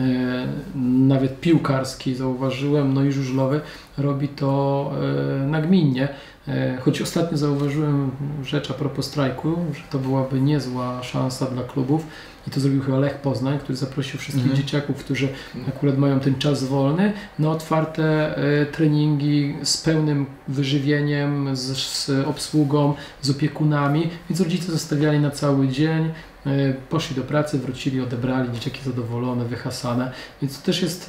nawet piłkarski, zauważyłem, no i żużlowy, robi to nagminnie. Choć ostatnio zauważyłem rzecz a propos strajku, że to byłaby niezła szansa dla klubów i to zrobił chyba Lech Poznań, który zaprosił wszystkich dzieciaków, którzy akurat mają ten czas wolny, na otwarte treningi z pełnym wyżywieniem, z obsługą, z opiekunami, więc rodzice zostawiali na cały dzień, poszli do pracy, wrócili, odebrali, dzieciaki zadowolone, wyhasane, więc to też jest,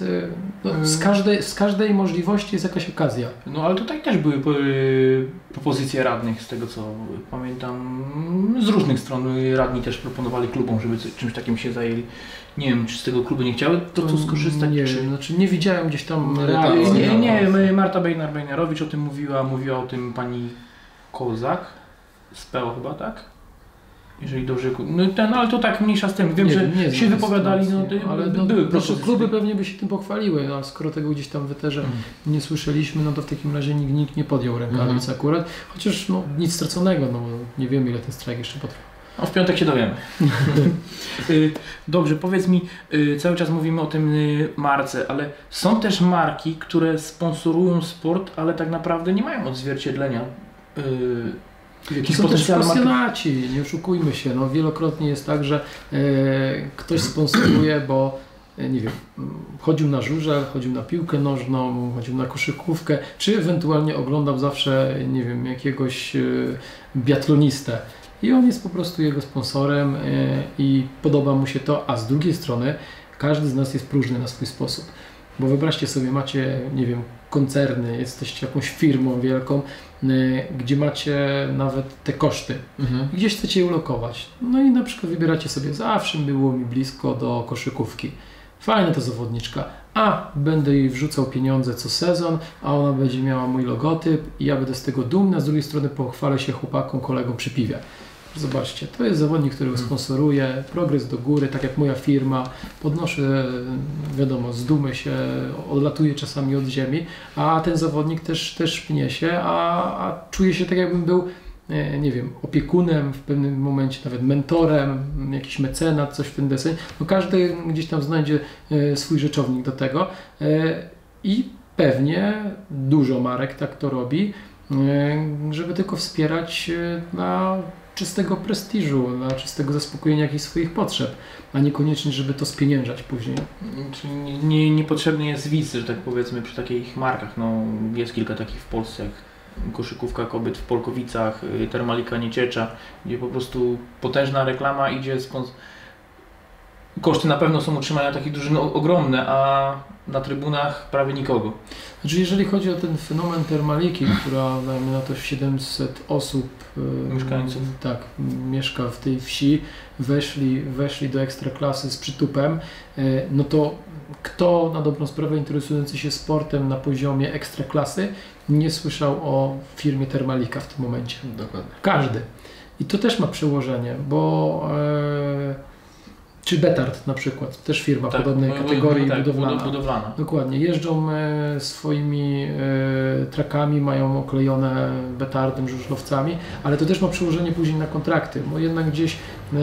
z każdej możliwości jest jakaś okazja. No ale tutaj też były propozycje radnych, z tego co pamiętam, z różnych stron radni też proponowali klubom, żeby czymś takim się zajęli. Nie wiem, czy z tego kluby nie chciały to skorzystać? Nie czy... wiem, znaczy nie widziałem gdzieś tam reakcji. Nie, Marta Bejnar-Bejnarowicz o tym mówiła o tym pani Kozak z PO chyba, tak? Jeżeli dobrze... ale to tak mniejsza z tym. Wiem, że się wypowiadali, ale były propozycje. Kluby pewnie by się tym pochwaliły, a skoro tego gdzieś tam w eterze nie słyszeliśmy, no to w takim razie nikt nie podjął rękawic akurat. Chociaż nic straconego, no nie wiemy ile ten strajk jeszcze potrwa. No w piątek się dowiemy. Dobrze, powiedz mi, cały czas mówimy o tym marce, ale są też marki, które sponsorują sport, ale tak naprawdę nie mają odzwierciedlenia. Są też pasjonaci, nie oszukujmy się. No, wielokrotnie jest tak, że ktoś sponsoruje, bo nie wiem, chodził na żużel, chodził na piłkę nożną, chodził na koszykówkę, czy ewentualnie oglądał zawsze, nie wiem, jakiegoś biatlonistę. I on jest po prostu jego sponsorem i podoba mu się to, a z drugiej strony każdy z nas jest próżny na swój sposób. Bo wyobraźcie sobie, macie, nie wiem, koncerny, jesteście jakąś firmą wielką, gdzie macie nawet te koszty. Gdzieś chcecie je ulokować. No i na przykład wybieracie sobie, zawsze było mi blisko do koszykówki. Fajna to zawodniczka. Będę jej wrzucał pieniądze co sezon, a ona będzie miała mój logotyp i ja będę z tego dumny, a z drugiej strony pochwalę się chłopakom, kolegom przy piwie. Zobaczcie, to jest zawodnik, którego sponsoruję, progres do góry, tak jak moja firma, podnoszę, wiadomo, z dumy się, odlatuję czasami od ziemi, a ten zawodnik też pnie się, a czuję się tak jakbym był, nie wiem, opiekunem, w pewnym momencie nawet mentorem, jakiś mecenat, coś w ten deseń. No każdy gdzieś tam znajdzie swój rzeczownik do tego i pewnie dużo marek tak to robi, żeby tylko wspierać na czystego prestiżu, na czystego zaspokojenia jakichś swoich potrzeb, a niekoniecznie, żeby to spieniężać później. Czyli niepotrzebny jest widz, że tak powiedzmy, przy takich markach. No, jest kilka takich w Polsce, jak koszykówka kobiet w Polkowicach, Termalika Nieciecza, gdzie po prostu potężna reklama idzie, koszty na pewno są utrzymania takich drużyn ogromne, a na trybunach prawie nikogo. Znaczy, jeżeli chodzi o ten fenomen Termaliki, która, dajmy na to 700 osób mieszkańców mieszka w tej wsi, weszli do ekstraklasy z przytupem, no to kto na dobrą sprawę interesujący się sportem na poziomie ekstraklasy nie słyszał o firmie Termalika w tym momencie? Dokładnie. Każdy. I to też ma przełożenie, bo czy Betard na przykład, też firma podobnej kategorii budowlana. Dokładnie, jeżdżą swoimi trakami, mają oklejone betardem, żużlowcami, ale to też ma przełożenie później na kontrakty, bo jednak gdzieś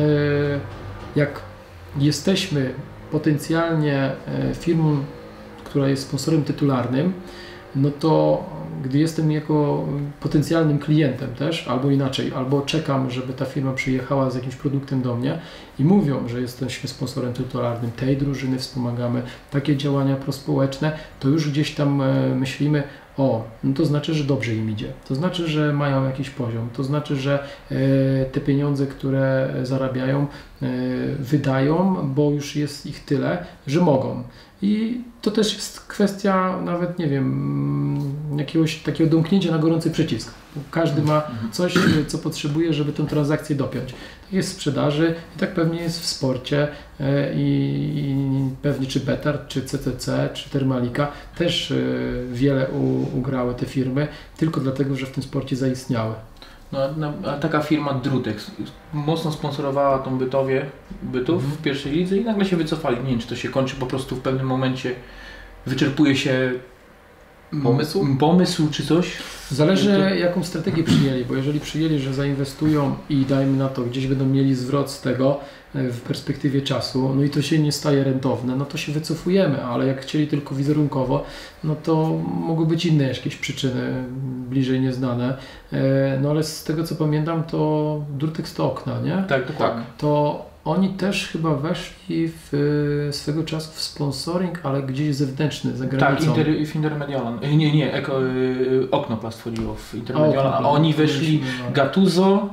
jak jesteśmy potencjalnie firmą, która jest sponsorem tytularnym, no to gdy jestem jako potencjalnym klientem też, albo inaczej, albo czekam, żeby ta firma przyjechała z jakimś produktem do mnie i mówią, że jesteśmy sponsorem tytularnym tej drużyny, wspomagamy takie działania prospołeczne, to już gdzieś tam myślimy, no to znaczy, że dobrze im idzie, to znaczy, że mają jakiś poziom, to znaczy, że te pieniądze, które zarabiają, wydają, bo już jest ich tyle, że mogą. I to też jest kwestia nawet, nie wiem, jakiegoś takiego domknięcia na gorący przycisk. Każdy ma coś, co potrzebuje, żeby tę transakcję dopiąć. Tak jest w sprzedaży i tak pewnie jest w sporcie i pewnie czy Betard, czy CCC, czy Thermalika też wiele ugrały te firmy tylko dlatego, że w tym sporcie zaistniały. A taka firma Drutex mocno sponsorowała tą bytów w pierwszej lidze i nagle się wycofali. Nie wiem, czy to się kończy po prostu w pewnym momencie, wyczerpuje się pomysł czy coś? Zależy jaką strategię przyjęli, bo jeżeli przyjęli, że zainwestują i dajmy na to, gdzieś będą mieli zwrot z tego w perspektywie czasu, no i to się nie staje rentowne, no to się wycofujemy, ale jak chcieli tylko wizerunkowo, no to mogły być inne jakieś przyczyny, bliżej nieznane, no ale z tego co pamiętam, to Drutex to okna, nie? Tak, dokładnie. To oni też chyba weszli swego czasu w sponsoring, ale gdzieś zewnętrzny, za granicą. Tak, w Intermediolan. Oknoplast wchodziło w Intermediolan, a oni weszli Gattuso,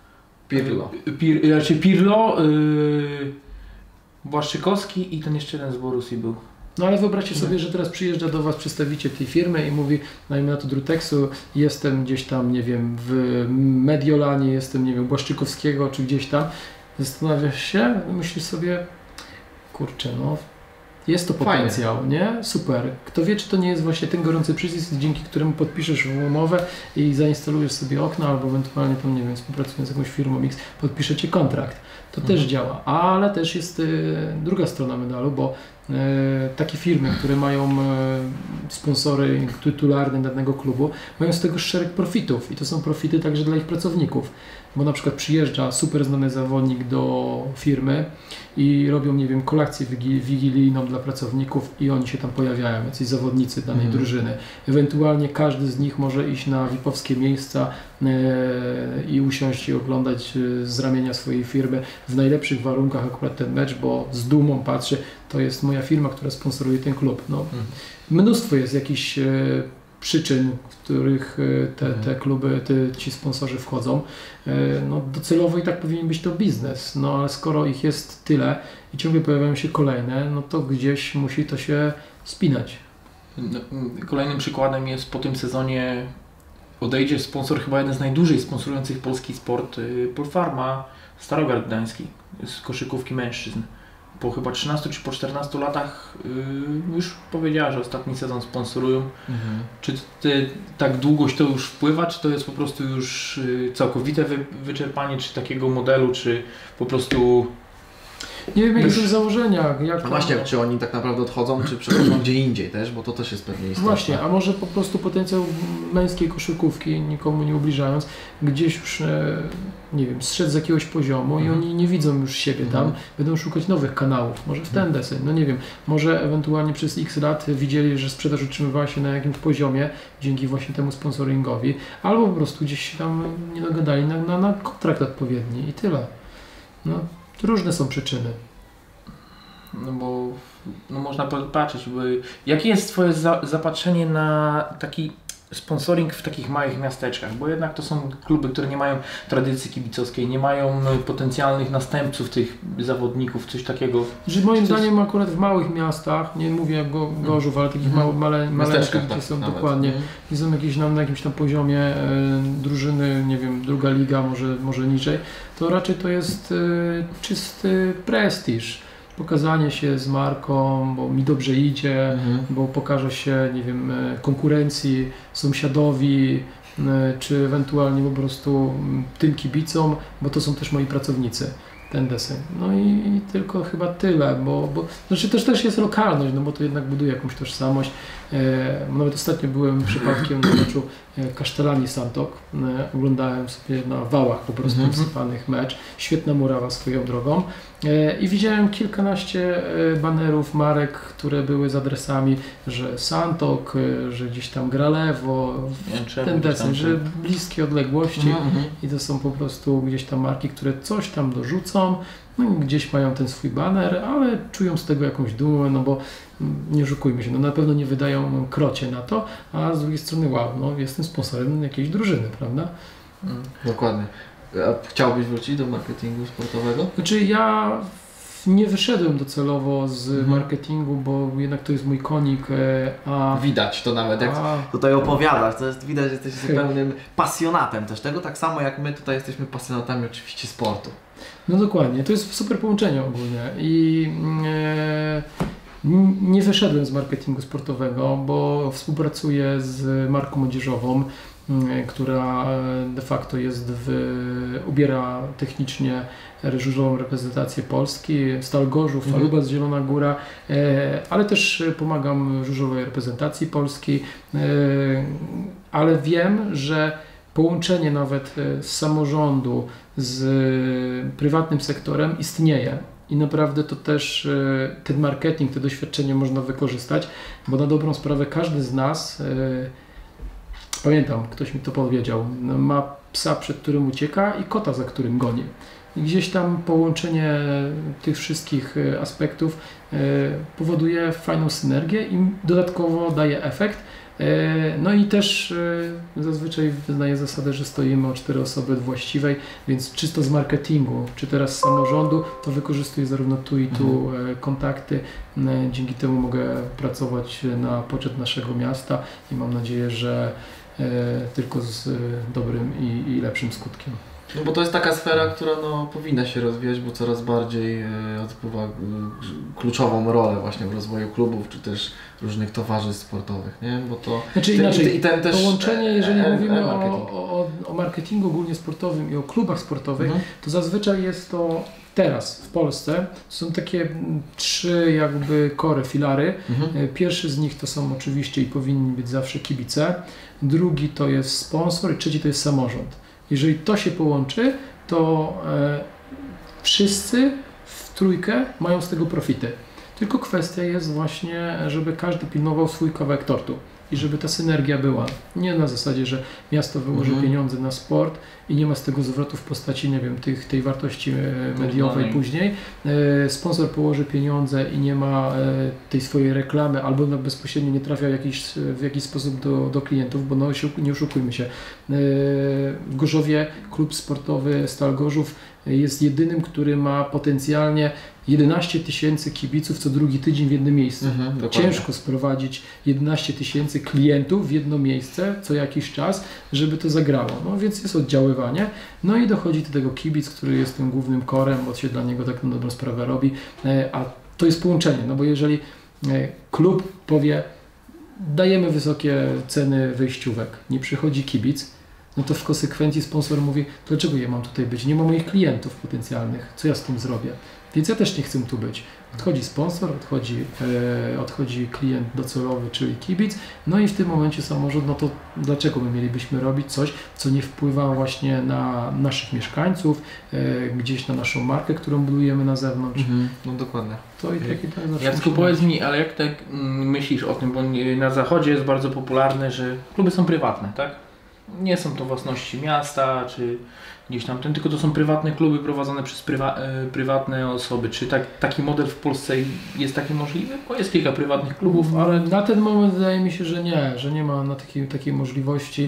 Pirlo, Błaszczykowski i ten jeszcze jeden z Borussii był. No ale wyobraźcie sobie, że teraz przyjeżdża do Was przedstawiciel tej firmy i mówi, dajmy na to Drutexu, jestem gdzieś tam, nie wiem, w Mediolanie, jestem, nie wiem, Błaszczykowskiego czy gdzieś tam. Zastanawiasz się, myślisz sobie, kurczę, no jest to potencjał, fajnie, nie? Super. Kto wie, czy to nie jest właśnie ten gorący przycisk, dzięki któremu podpiszesz umowę i zainstalujesz sobie okna, albo ewentualnie tam, nie wiem, współpracując z jakąś firmą X, podpiszecie kontrakt. To też działa, ale też jest druga strona medalu, bo takie firmy, które mają sponsory tytularne danego klubu, mają z tego szereg profitów i to są profity także dla ich pracowników. Bo na przykład przyjeżdża super znany zawodnik do firmy i robią, nie wiem, kolację wigilijną dla pracowników i oni się tam pojawiają, jacyś zawodnicy danej drużyny. Ewentualnie każdy z nich może iść na VIP-owskie miejsca i usiąść i oglądać z ramienia swojej firmy w najlepszych warunkach akurat ten mecz, bo z dumą patrzy, to jest moja firma, która sponsoruje ten klub. No, mnóstwo jest jakichś przyczyn, w których te kluby, ci sponsorzy wchodzą. No, docelowo i tak powinien być to biznes, no ale skoro ich jest tyle i ciągle pojawiają się kolejne, no to gdzieś musi to się spinać. Kolejnym przykładem jest po tym sezonie odejdzie sponsor, chyba jeden z najdłużej sponsorujących polski sport, Polfarma, Starogard Gdański, z koszykówki mężczyzn. Po chyba 13 czy po 14 latach już powiedziała, że ostatni sezon sponsorują. Czy tak długość to już wpływa, czy to jest po prostu już całkowite wyczerpanie, czy takiego modelu, czy po prostu... Nie wiem, jakie są założenia. No właśnie, czy oni tak naprawdę odchodzą, czy przechodzą gdzie indziej też, bo to też jest pewnie istotne. Właśnie, a może po prostu potencjał męskiej koszykówki, nikomu nie ubliżając, gdzieś już, nie wiem, zszedł z jakiegoś poziomu i oni nie widzą już siebie tam, będą szukać nowych kanałów, może w ten deseń, no nie wiem, może ewentualnie przez x lat widzieli, że sprzedaż utrzymywała się na jakimś poziomie dzięki właśnie temu sponsoringowi, albo po prostu gdzieś się tam nie dogadali na kontrakt odpowiedni i tyle. No. Różne są przyczyny. No bo można patrzeć, jakie jest Twoje zapatrzenie na taki sponsoring w takich małych miasteczkach, bo jednak to są kluby, które nie mają tradycji kibicowskiej, nie mają potencjalnych następców tych zawodników, coś takiego. Moim zdaniem akurat w małych miastach, nie mówię jak Gorzów, ale takich maleńkich, gdzie są dokładnie, gdzie są jakieś na jakimś tam poziomie drużyny, nie wiem, druga liga, może niżej, to raczej to jest czysty prestiż. Pokazanie się z marką, bo mi dobrze idzie, bo pokaże się, nie wiem, konkurencji, sąsiadowi, czy ewentualnie po prostu tym kibicom, bo to są też moi pracownicy. ten deseń. No i tylko chyba tyle, bo znaczy też jest lokalność, no bo to jednak buduje jakąś tożsamość. Nawet ostatnio byłem przypadkiem na meczu Kasztelani Santok. Oglądałem sobie na wałach po prostu wsypanych mecz. Świetna murawa swoją drogą. I widziałem kilkanaście banerów, marek, które były z adresami, że Santok, że gdzieś tam gra lewo, ten deseń, że bliskie odległości i to są po prostu gdzieś tam marki, które coś tam dorzucą, no i gdzieś mają ten swój baner, ale czują z tego jakąś dumę, no bo nie oszukujmy się, no na pewno nie wydają krocie na to, a z drugiej strony wow, no jestem sponsorem jakiejś drużyny, prawda? Dokładnie. A chciałbyś wrócić do marketingu sportowego? Znaczy ja nie wyszedłem docelowo z marketingu, bo jednak to jest mój konik, a... Widać to nawet, jak tutaj opowiadasz, to jest widać, że jesteś zupełnym pasjonatem też tego, tak samo jak my tutaj jesteśmy pasjonatami oczywiście sportu. No dokładnie, to jest super połączenie ogólnie i nie wyszedłem z marketingu sportowego, bo współpracuję z marką młodzieżową, która de facto ubiera technicznie żużlową reprezentację Polski, Stal Gorzów, Falubas Zielona Góra, ale też pomagam żużlowej reprezentacji Polski, ale wiem, że połączenie nawet z samorządu z prywatnym sektorem istnieje. I naprawdę to też ten marketing, to doświadczenie można wykorzystać, bo na dobrą sprawę każdy z nas, pamiętam, ktoś mi to powiedział, ma psa, przed którym ucieka i kota, za którym goni. I gdzieś tam połączenie tych wszystkich aspektów powoduje fajną synergię i dodatkowo daje efekt. No i też zazwyczaj wyznaję zasadę, że stoimy o 4 osoby właściwej, więc czysto z marketingu, czy teraz z samorządu, to wykorzystuję zarówno tu i tu kontakty. Dzięki temu mogę pracować na poczet naszego miasta i mam nadzieję, że tylko z dobrym i lepszym skutkiem. No bo to jest taka sfera, która powinna się rozwijać, bo coraz bardziej odgrywa kluczową rolę właśnie w rozwoju klubów, czy też różnych towarzystw sportowych, nie? Bo to znaczy inaczej, i ten też połączenie, jeżeli mówimy o marketingu ogólnie sportowym i o klubach sportowych, to zazwyczaj jest to teraz w Polsce są takie 3 jakby filary. Pierwszy z nich to są oczywiście i powinni być zawsze kibice, drugi to jest sponsor i trzeci to jest samorząd. Jeżeli to się połączy, to wszyscy w trójkę mają z tego profity. Tylko kwestia jest właśnie, żeby każdy pilnował swój kawałek tortu i żeby ta synergia była. Nie na zasadzie, że miasto wyłoży pieniądze na sport i nie ma z tego zwrotu w postaci, nie wiem, tej wartości mediowej później. Sponsor położy pieniądze i nie ma tej swojej reklamy albo bezpośrednio nie trafia w jakiś sposób do klientów, bo nie oszukujmy się. W Gorzowie klub sportowy Stal Gorzów jest jedynym, który ma potencjalnie 11 000 kibiców co drugi tydzień w jednym miejscu. Ciężko sprowadzić 11 000 klientów w jedno miejsce co jakiś czas, żeby to zagrało. No więc jest oddziaływanie. No i dochodzi do tego kibic, który jest tym głównym korem, bo się dla niego tak na dobrą sprawę robi. A to jest połączenie, no bo jeżeli klub powie, dajemy wysokie ceny wejściówek, nie przychodzi kibic, no to w konsekwencji sponsor mówi, dlaczego ja mam tutaj być? Nie ma moich klientów potencjalnych, co ja z tym zrobię? Więc ja też nie chcę tu być. Odchodzi sponsor, odchodzi klient docelowy, czyli kibic, no i w tym momencie samorząd, no to dlaczego my mielibyśmy robić coś, co nie wpływa właśnie na naszych mieszkańców, gdzieś na naszą markę, którą budujemy na zewnątrz. No dokładnie. To i tak zawsze. Jacku, powiedz mi, ale jak tak myślisz o tym, bo na zachodzie jest bardzo popularne, że kluby są prywatne, tak? Nie są to własności miasta, czy gdzieś tam tylko to są prywatne kluby prowadzone przez prywatne osoby. Czy taki model w Polsce jest taki możliwy? Bo jest kilka prywatnych klubów, ale... Na ten moment wydaje mi się, że nie ma takiej możliwości.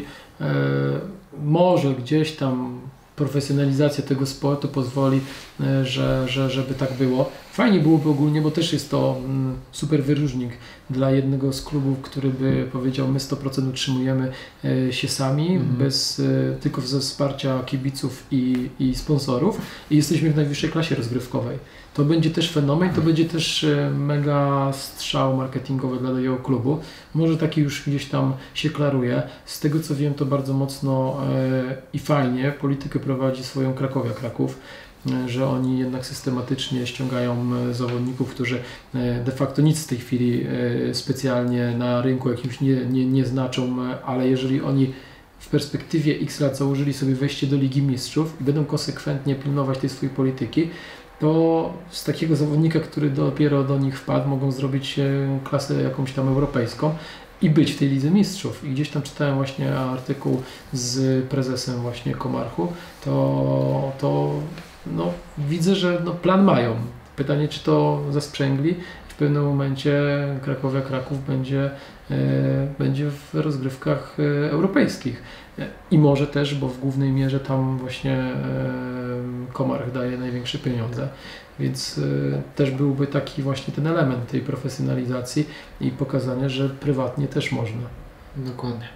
Może gdzieś tam profesjonalizacja tego sportu pozwoli, żeby tak było. Fajnie byłoby ogólnie, bo też jest to super wyróżnik dla jednego z klubów, który by powiedział, my 100% utrzymujemy się sami, tylko ze wsparcia kibiców i sponsorów i jesteśmy w najwyższej klasie rozgrywkowej. To będzie też fenomen, to będzie też mega strzał marketingowy dla danego klubu. Może taki już gdzieś tam się klaruje. Z tego co wiem, to bardzo mocno i fajnie politykę prowadzi swoją Kraków. że oni jednak systematycznie ściągają zawodników, którzy de facto nic w tej chwili specjalnie na rynku jakimś nie znaczą, ale jeżeli oni w perspektywie X lat założyli sobie wejście do Ligi Mistrzów i będą konsekwentnie pilnować tej swojej polityki, to z takiego zawodnika, który dopiero do nich wpadł, mogą zrobić klasę jakąś tam europejską i być w tej Lidze Mistrzów. I gdzieś tam czytałem właśnie artykuł z prezesem właśnie Komarchu, to no, widzę, że no, plan mają. Pytanie, czy to zasprzęgli. W pewnym momencie Krakowia Kraków będzie w rozgrywkach europejskich. I może też, bo w głównej mierze tam właśnie Komarch daje największe pieniądze, więc też byłby taki właśnie ten element tej profesjonalizacji i pokazania, że prywatnie też można. Dokładnie.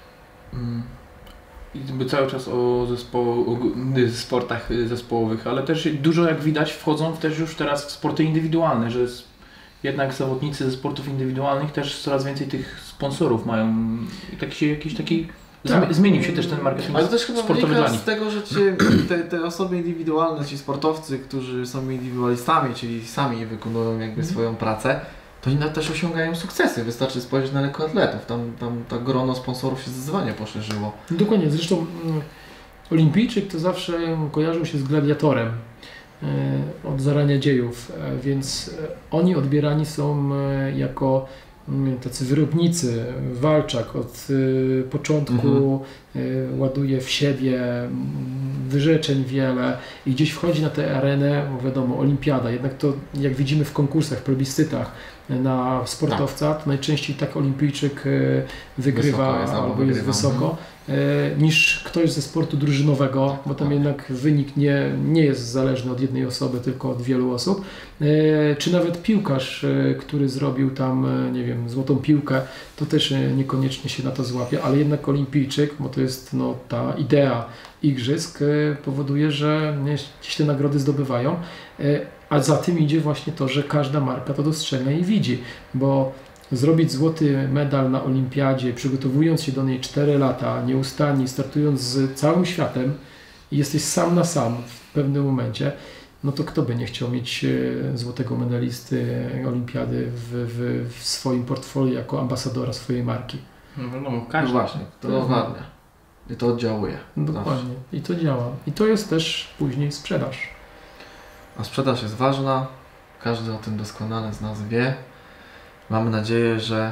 I cały czas o sportach zespołowych, ale też dużo, jak widać, wchodzą też już teraz w sporty indywidualne, że jednak zawodnicy ze sportów indywidualnych też coraz więcej tych sponsorów mają i tak się jakiś taki zmienił się też ten marketing. Ale to też chyba sportowy wynika dla nich. z tego, że te osoby indywidualne, ci sportowcy, którzy są indywidualistami, czyli sami wykonują jakby swoją pracę, to oni też osiągają sukcesy. Wystarczy spojrzeć na lekkoatletów. Tam to grono sponsorów się zdecydowanie poszerzyło. Dokładnie. Zresztą olimpijczyk to zawsze kojarzył się z gladiatorem od zarania dziejów, więc oni odbierani są jako tacy wyrobnicy. Walczak od początku ładuje w siebie wyrzeczeń wiele i gdzieś wchodzi na tę arenę, bo wiadomo, olimpiada, jednak to jak widzimy w konkursach, plebiscytach na sportowca, to najczęściej tak olimpijczyk wygrywa albo jest wysoko, niż ktoś ze sportu drużynowego, bo tam jednak wynik nie jest zależny od jednej osoby, tylko od wielu osób. Czy nawet piłkarz, który zrobił tam, nie wiem, złotą piłkę, to też niekoniecznie się na to złapie, ale jednak olimpijczyk, bo to jest no, ta idea igrzysk, powoduje, że gdzieś te nagrody zdobywają, a za tym idzie właśnie to, że każda marka to dostrzega i widzi, bo zrobić złoty medal na olimpiadzie, przygotowując się do niej 4 lata, nieustannie, startując z całym światem i jesteś sam na sam w pewnym momencie, no to kto by nie chciał mieć złotego medalisty olimpiady w swoim portfolio jako ambasadora swojej marki? No, No właśnie, to dokładnie. I to oddziałuje. Dokładnie. Zawsze. I to działa. I to jest też później sprzedaż. A sprzedaż jest ważna. Każdy o tym doskonale z nas wie. Mamy nadzieję, że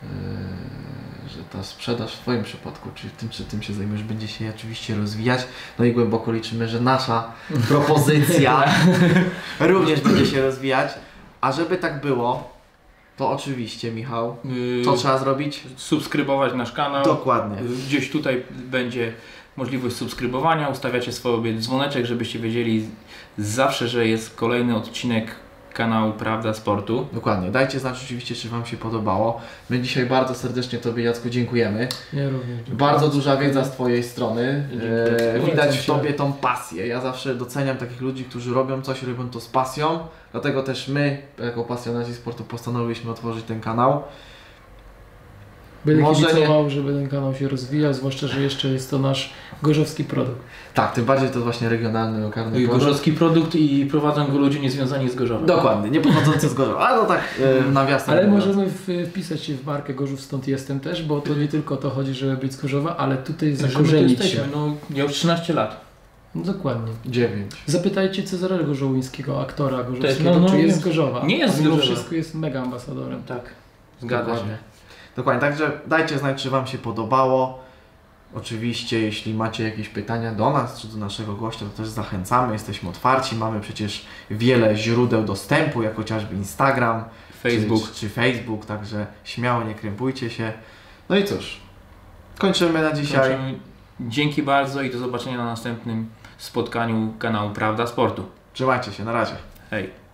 ta sprzedaż w Twoim przypadku, czyli tym się zajmujesz, będzie się oczywiście rozwijać. No i głęboko liczymy, że nasza propozycja również będzie się rozwijać. A żeby tak było, to oczywiście, Michał, co trzeba zrobić? Subskrybować nasz kanał. Dokładnie. Gdzieś tutaj będzie możliwość subskrybowania, ustawiacie sobie dzwoneczek, żebyście wiedzieli zawsze, że jest kolejny odcinek kanału Prawda Sportu. Dokładnie. Dajcie znać oczywiście, czy Wam się podobało. My dzisiaj bardzo serdecznie Tobie, Jacku, dziękujemy. Ja również. Bardzo duża wiedza z Twojej strony. Widać w się. Tobie tą pasję. Ja zawsze doceniam takich ludzi, którzy robią coś, robią to z pasją. Dlatego też my, jako pasjonaci sportu, postanowiliśmy otworzyć ten kanał. Będę Może kibicował, żeby ten kanał się rozwijał, zwłaszcza, że jeszcze jest to nasz gorzowski produkt. Tak, tym bardziej to właśnie regionalny, lokalny produkt. Gorzowski produkt i prowadzą go ludzie niezwiązani z Gorzowem. Dokładnie, nie pochodzący z Gorzowa. A no tak nawiasem. Ale mówiąc. możemy wpisać się w markę Gorzów, stąd jestem też, bo to nie tylko o to chodzi, żeby być z Gorzowa, ale tutaj zakorzenić się. No, ja już 13 lat. No, dokładnie. 9. Zapytajcie Cezara Gorzołyńskiego, aktora gorzowskiego, Też, no, czy jest jest. z Gorzowa. Nie jest A z mimo Gorzowa. wszystko jest mega ambasadorem. Tak, zgadza się. Dokładnie, także dajcie znać, czy Wam się podobało. Oczywiście, jeśli macie jakieś pytania do nas, czy do naszego gościa, to też zachęcamy, jesteśmy otwarci, mamy przecież wiele źródeł dostępu, jak chociażby Instagram, Facebook. czy Facebook, także śmiało nie krępujcie się. No i cóż, kończymy na dzisiaj. Kończymy. Dzięki bardzo i do zobaczenia na następnym spotkaniu kanału Prawda Sportu. Trzymajcie się, na razie. Hej.